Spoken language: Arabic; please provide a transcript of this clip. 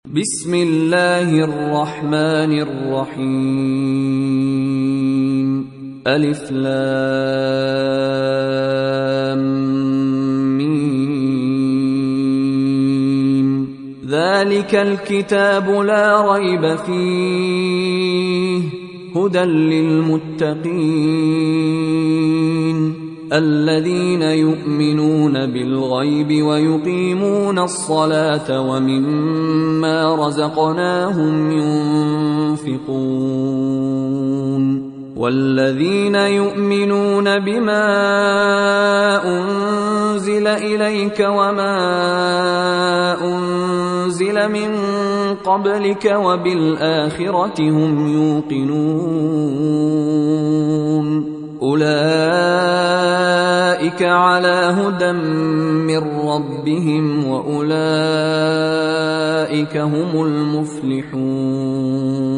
بسم الله الرحمن الرحيم ألف لام ميم ذلك الكتاب لا ريب فيه هدى للمتقين الذين يؤمنون بالغيب ويقيمون الصلاة ومما رزقناهم ينفقون والذين يؤمنون بما أنزل إليك وما أنزل من قبلك وبالآخرة هم يوقنون أولئك على هدى من ربهم وأولئك هم المفلحون